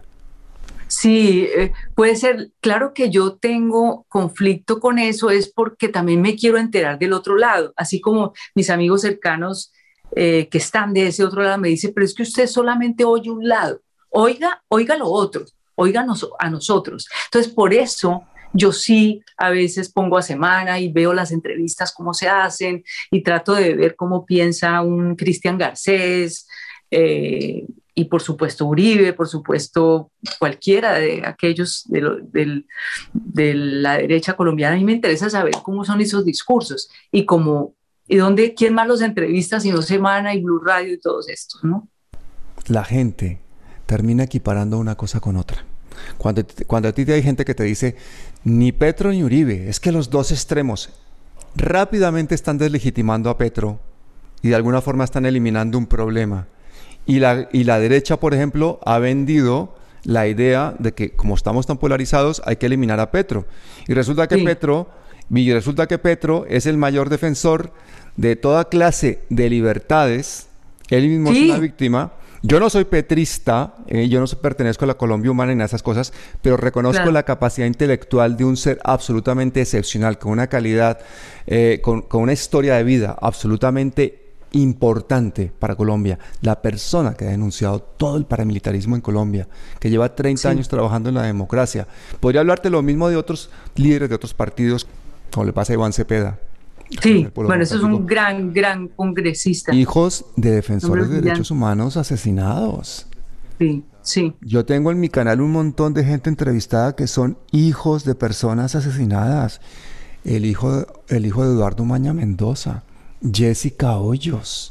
Sí, eh, puede ser. Claro que yo tengo conflicto con eso, es porque también me quiero enterar del otro lado, así como mis amigos cercanos eh, que están de ese otro lado me dicen, pero es que usted solamente oye un lado, oiga, oiga lo otro, oiga nos- a nosotros. Entonces, por eso yo sí a veces pongo a Semana y veo las entrevistas, cómo se hacen, y trato de ver cómo piensa un Cristian Garcés, eh, y por supuesto Uribe, por supuesto cualquiera de aquellos de, lo- del- de la derecha colombiana. A mí me interesa saber cómo son esos discursos y cómo, y dónde, quién más los entrevista si no Semana y Blue Radio y todos estos, ¿no? La gente termina equiparando una cosa con otra. Cuando, cuando a ti te hay gente que te dice, ni Petro ni Uribe, es que los dos extremos rápidamente están deslegitimando a Petro y de alguna forma están eliminando un problema. Y la, y la derecha, por ejemplo, ha vendido la idea de que como estamos tan polarizados hay que eliminar a Petro. Y resulta que Sí, Petro, y resulta que Petro es el mayor defensor de toda clase de libertades. Él mismo es una sí, víctima. Yo no soy petrista, eh, yo no soy- pertenezco a la Colombia Humana ni a esas cosas, pero reconozco claro, la capacidad intelectual de un ser absolutamente excepcional, con una calidad, eh, con, con una historia de vida absolutamente importante para Colombia. La persona que ha denunciado todo el paramilitarismo en Colombia, que lleva treinta sí, años trabajando en la democracia. Podría hablarte lo mismo de otros líderes de otros partidos, como le pasa a Iván Cepeda, del sí. Polo Bueno, eso es Democrático. un gran, gran congresista, Hijos de hombre defensores de derechos brillante. humanos asesinados. Sí, sí, Yo tengo en mi canal un montón de gente entrevistada que son hijos de personas asesinadas. El hijo, el hijo de Eduardo Maña Mendoza, Jessica Hoyos,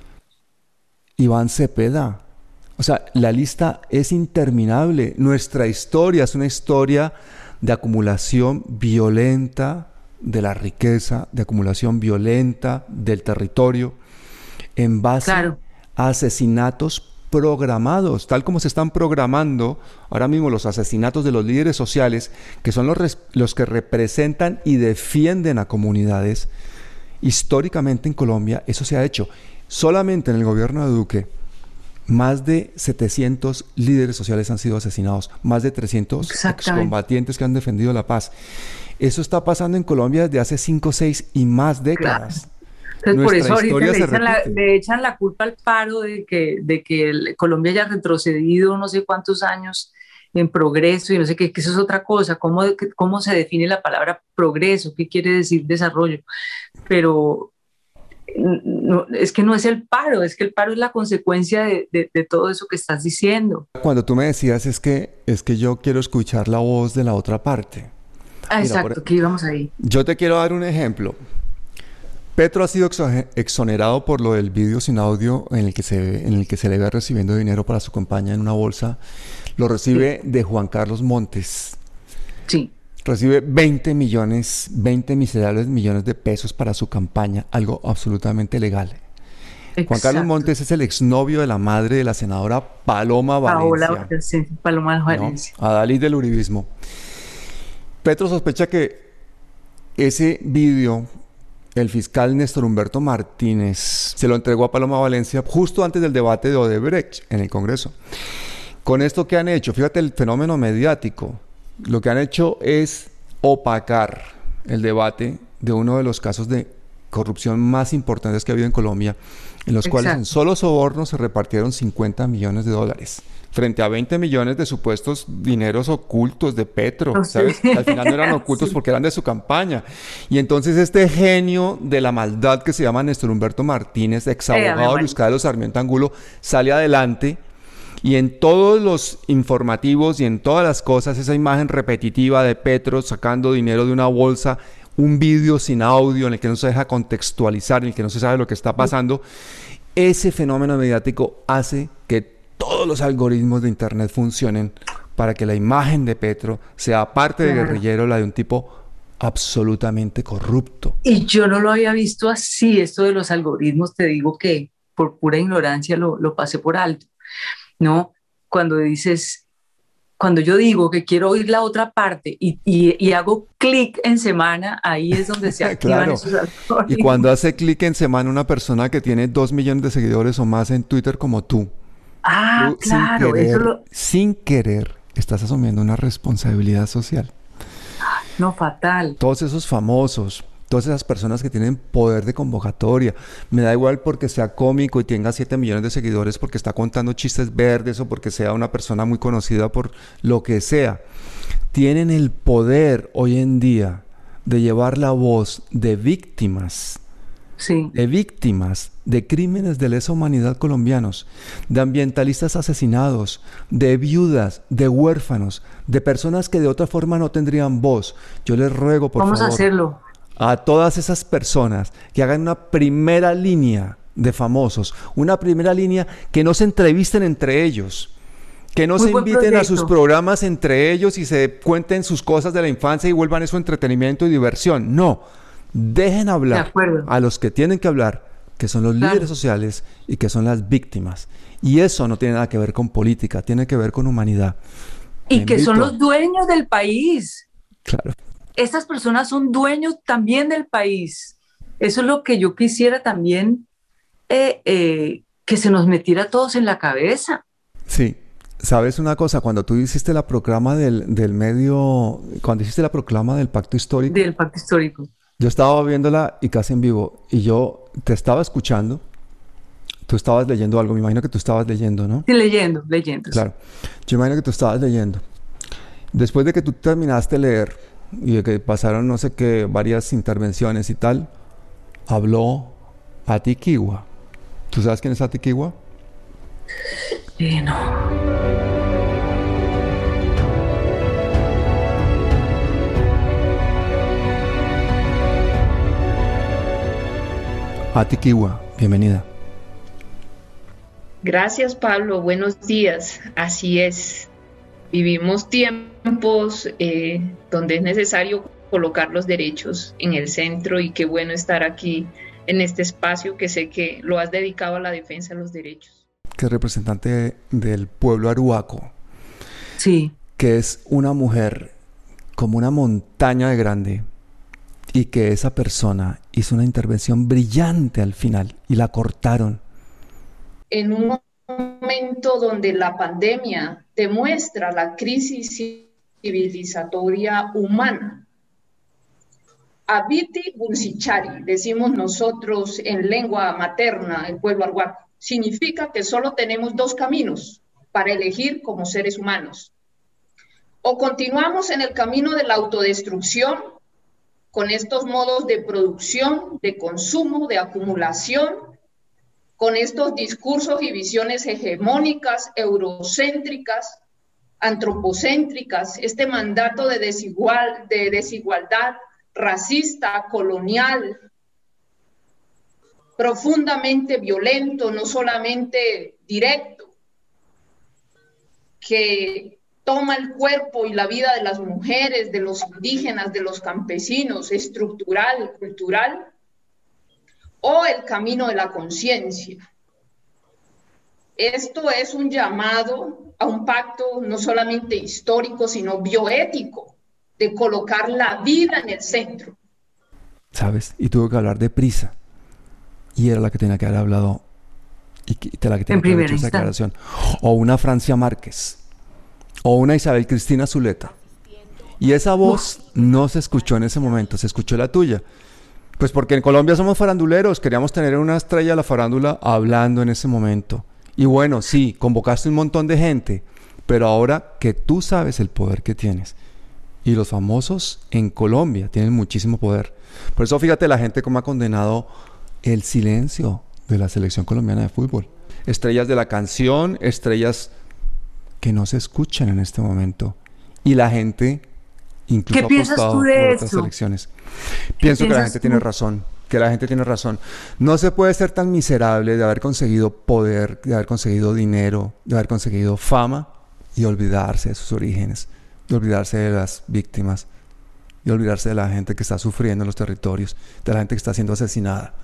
Iván Cepeda. O sea, la lista es interminable. Nuestra historia es una historia de acumulación violenta de la riqueza, de acumulación violenta del territorio, en base claro, a asesinatos programados, tal como se están programando ahora mismo los asesinatos de los líderes sociales, que son los, res- los que representan y defienden a comunidades. Históricamente en Colombia eso se ha hecho. Solamente en el gobierno de Duque, más de setecientos líderes sociales han sido asesinados, más de trescientos exactamente. excombatientes que han defendido la paz. Eso está pasando en Colombia desde hace cinco, seis y más Claro. décadas. Entonces, por Nuestra eso ahorita historia le se echan la, repite. le echan la culpa al paro de que, de que el- Colombia haya retrocedido no sé cuántos años en progreso y no sé qué, que eso es otra cosa. ¿Cómo, que- cómo se define la palabra progreso? ¿Qué quiere decir desarrollo? Pero no, es que no es el paro, es que el paro es la consecuencia de, de, de todo eso que estás diciendo. Cuando tú me decías es que es que yo quiero escuchar la voz de la otra parte. Ah, Mira, por- exacto, que íbamos ahí. yo te quiero dar un ejemplo. Petro ha sido exo- exonerado por lo del vídeo sin audio en el que se en el que se le ve recibiendo dinero para su campaña en una bolsa. Lo Sí, recibe de Juan Carlos Montes. Sí. Recibe veinte millones, veinte miserables millones de pesos para su campaña, algo absolutamente legal. Exacto. Juan Carlos Montes es el exnovio de la madre de la senadora Paloma Valencia. Paola, sí, Paloma Valencia. ¿No? Adalid del uribismo. Petro sospecha que ese vídeo, el fiscal Néstor Humberto Martínez se lo entregó a Paloma Valencia justo antes del debate de Odebrecht en el Congreso. Con esto, ¿qué han hecho? Fíjate el fenómeno mediático. Lo que han hecho es opacar el debate de uno de los casos de corrupción más importantes que ha habido en Colombia, en los Exacto. cuales en solo sobornos se repartieron cincuenta millones de dólares, frente a veinte millones de supuestos dineros ocultos de Petro, no ¿sabes? Sí. Al final no eran ocultos sí. porque eran de su campaña. Y entonces este genio de la maldad que se llama Néstor Humberto Martínez, ex abogado de Luis Carlos Sarmiento Angulo, sale adelante. Y en todos los informativos y en todas las cosas, esa imagen repetitiva de Petro sacando dinero de una bolsa, un vídeo sin audio en el que no se deja contextualizar, en el que no se sabe lo que está pasando, ese fenómeno mediático hace que todos los algoritmos de Internet funcionen para que la imagen de Petro sea parte de guerrillero, la de un tipo absolutamente corrupto. Y yo no lo había visto así, esto de los algoritmos, te digo que por pura ignorancia lo, lo pasé por alto. ¿No? Cuando dices, cuando yo digo que quiero oír la otra parte y, y, y hago clic en semana, ahí es donde se activan claro. esos algoritmos. Y cuando hace clic en semana una persona que tiene dos millones de seguidores o más en Twitter como tú, ah, tú claro, sin querer, eso lo... sin querer estás asumiendo una responsabilidad social. No, fatal. Todos esos famosos, todas esas personas que tienen poder de convocatoria. Me da igual porque sea cómico y tenga siete millones de seguidores, porque está contando chistes verdes o porque sea una persona muy conocida por lo que sea. Tienen el poder hoy en día de llevar la voz de víctimas, sí. de víctimas de crímenes de lesa humanidad colombianos, de ambientalistas asesinados, de viudas, de huérfanos, de personas que de otra forma no tendrían voz. Yo les ruego, por Vamos favor. Vamos a hacerlo. A todas esas personas que hagan una primera línea de famosos, una primera línea que no se entrevisten entre ellos, que no Muy se inviten proyecto. a sus programas entre ellos y se cuenten sus cosas de la infancia y vuelvan eso entretenimiento y diversión. No, dejen hablar de a los que tienen que hablar, que son los claro. líderes sociales y que son las víctimas. Y eso no tiene nada que ver con política, tiene que ver con humanidad. Y Me que invito. son los dueños del país. Claro. Estas personas son dueños también del país. Eso es lo que yo quisiera también eh, eh, que se nos metiera a todos en la cabeza. Sí. ¿Sabes una cosa? Cuando tú hiciste la proclama del, del medio, cuando hiciste la proclama del pacto histórico. Del pacto histórico. Yo estaba viéndola y casi en vivo. Y yo te estaba escuchando. Tú estabas leyendo algo. Me imagino que tú estabas leyendo, ¿no? Sí, leyendo, leyendo. Claro. Yo imagino que tú estabas leyendo. Después de que tú terminaste de leer y de que pasaron no sé qué, varias intervenciones y tal, habló Atiquigua. ¿Tú sabes quién es Atiquigua? Eh, no. Atiquigua, bienvenida. Gracias, Pablo. Buenos días. Así es. Vivimos tiempos eh, donde es necesario colocar los derechos en el centro y qué bueno estar aquí en este espacio que sé que lo has dedicado a la defensa de los derechos. Que es representante del pueblo arhuaco. Sí. Que es una mujer como una montaña de grande y que esa persona hizo una intervención brillante al final y la cortaron. En un momento donde la pandemia demuestra la crisis civilizatoria humana. Abiti Bunsichari, decimos nosotros en lengua materna, el pueblo arhuaco, significa que solo tenemos dos caminos para elegir como seres humanos. O continuamos en el camino de la autodestrucción, con estos modos de producción, de consumo, de acumulación, con estos discursos y visiones hegemónicas, eurocéntricas, antropocéntricas, este mandato de, desigual, de desigualdad racista, colonial, profundamente violento, no solamente directo, que toma el cuerpo y la vida de las mujeres, de los indígenas, de los campesinos, estructural, cultural, o el camino de la conciencia. Esto es un llamado a un pacto no solamente histórico, sino bioético, de colocar la vida en el centro. ¿Sabes? Y tuvo que hablar de prisa. Y era la que tenía que haber hablado y de la que tenía que haber hecho esa declaración. O una Francia Márquez. O una Isabel Cristina Zuleta. Y esa voz no se escuchó en ese momento, se escuchó la tuya. Pues porque en Colombia somos faranduleros, queríamos tener una estrella de la farándula hablando en ese momento. Y bueno, sí, convocaste un montón de gente, pero ahora que tú sabes el poder que tienes, y los famosos en Colombia tienen muchísimo poder. Por eso fíjate la gente cómo ha condenado el silencio de la selección colombiana de fútbol. Estrellas de la canción, estrellas que no se escuchan en este momento. Y la gente incluso ¿Qué ha apostado por de otras eso? elecciones. Pienso que la gente tú? tiene razón. Que la gente tiene razón. No se puede ser tan miserable de haber conseguido poder, de haber conseguido dinero, de haber conseguido fama y olvidarse de sus orígenes, de olvidarse de las víctimas, y olvidarse de la gente que está sufriendo en los territorios, de la gente que está siendo asesinada.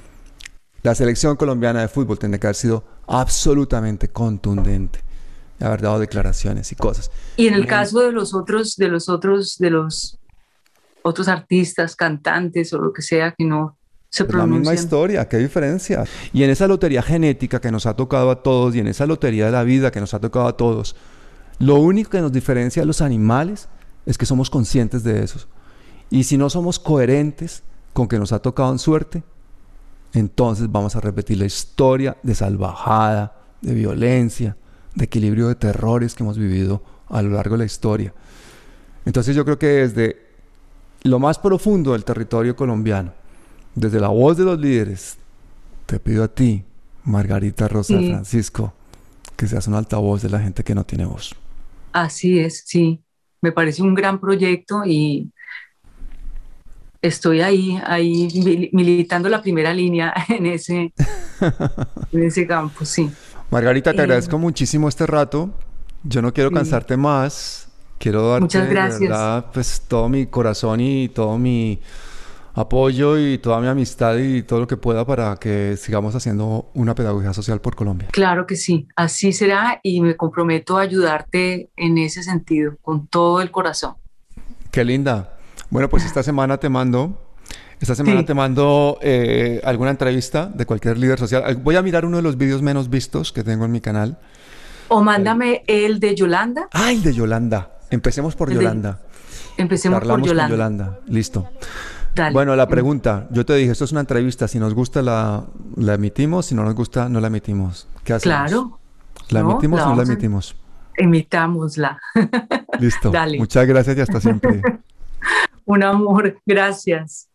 La selección colombiana de fútbol tiene que haber sido absolutamente contundente, de haber dado declaraciones y cosas. Y en el caso de los otros, de los otros, de los otros artistas, cantantes o lo que sea que no se pronuncian. La misma historia, qué diferencia. Y en esa lotería genética que nos ha tocado a todos y en esa lotería de la vida que nos ha tocado a todos, lo único que nos diferencia de los animales es que somos conscientes de eso. Y si no somos coherentes con que nos ha tocado en suerte, entonces vamos a repetir la historia de salvajada, de violencia, de equilibrio de terrores que hemos vivido a lo largo de la historia. Entonces yo creo que desde lo más profundo del territorio colombiano, desde la voz de los líderes, te pido a ti, Margarita Rosa sí. Francisco, que seas un altavoz de la gente que no tiene voz. Así es, sí. Me parece un gran proyecto y estoy ahí, ahí militando la primera línea en ese, en ese campo, sí. Margarita, te eh, agradezco muchísimo este rato. Yo no quiero sí. cansarte más. Quiero darte Muchas gracias. de verdad, pues, todo mi corazón y todo mi apoyo y toda mi amistad y todo lo que pueda para que sigamos haciendo una pedagogía social por Colombia. Claro que sí, así será y me comprometo a ayudarte en ese sentido, con todo el corazón. Qué linda. Bueno, pues esta semana te mando, esta semana sí. te mando eh, alguna entrevista de cualquier líder social. Voy a mirar uno de los vídeos menos vistos que tengo en mi canal. O mándame el, el de Yolanda. Ah, el de Yolanda. Empecemos por el Yolanda. De... Empecemos por Yolanda. Con Yolanda. Listo. Dale. Bueno, la pregunta. Yo te dije, esto es una entrevista. Si nos gusta, la, la emitimos. Si no nos gusta, no la emitimos. ¿Qué hacemos? Claro. ¿La no, emitimos o no la emitimos? A... Emitámosla. Listo. Dale. Muchas gracias y hasta siempre. Un amor. Gracias.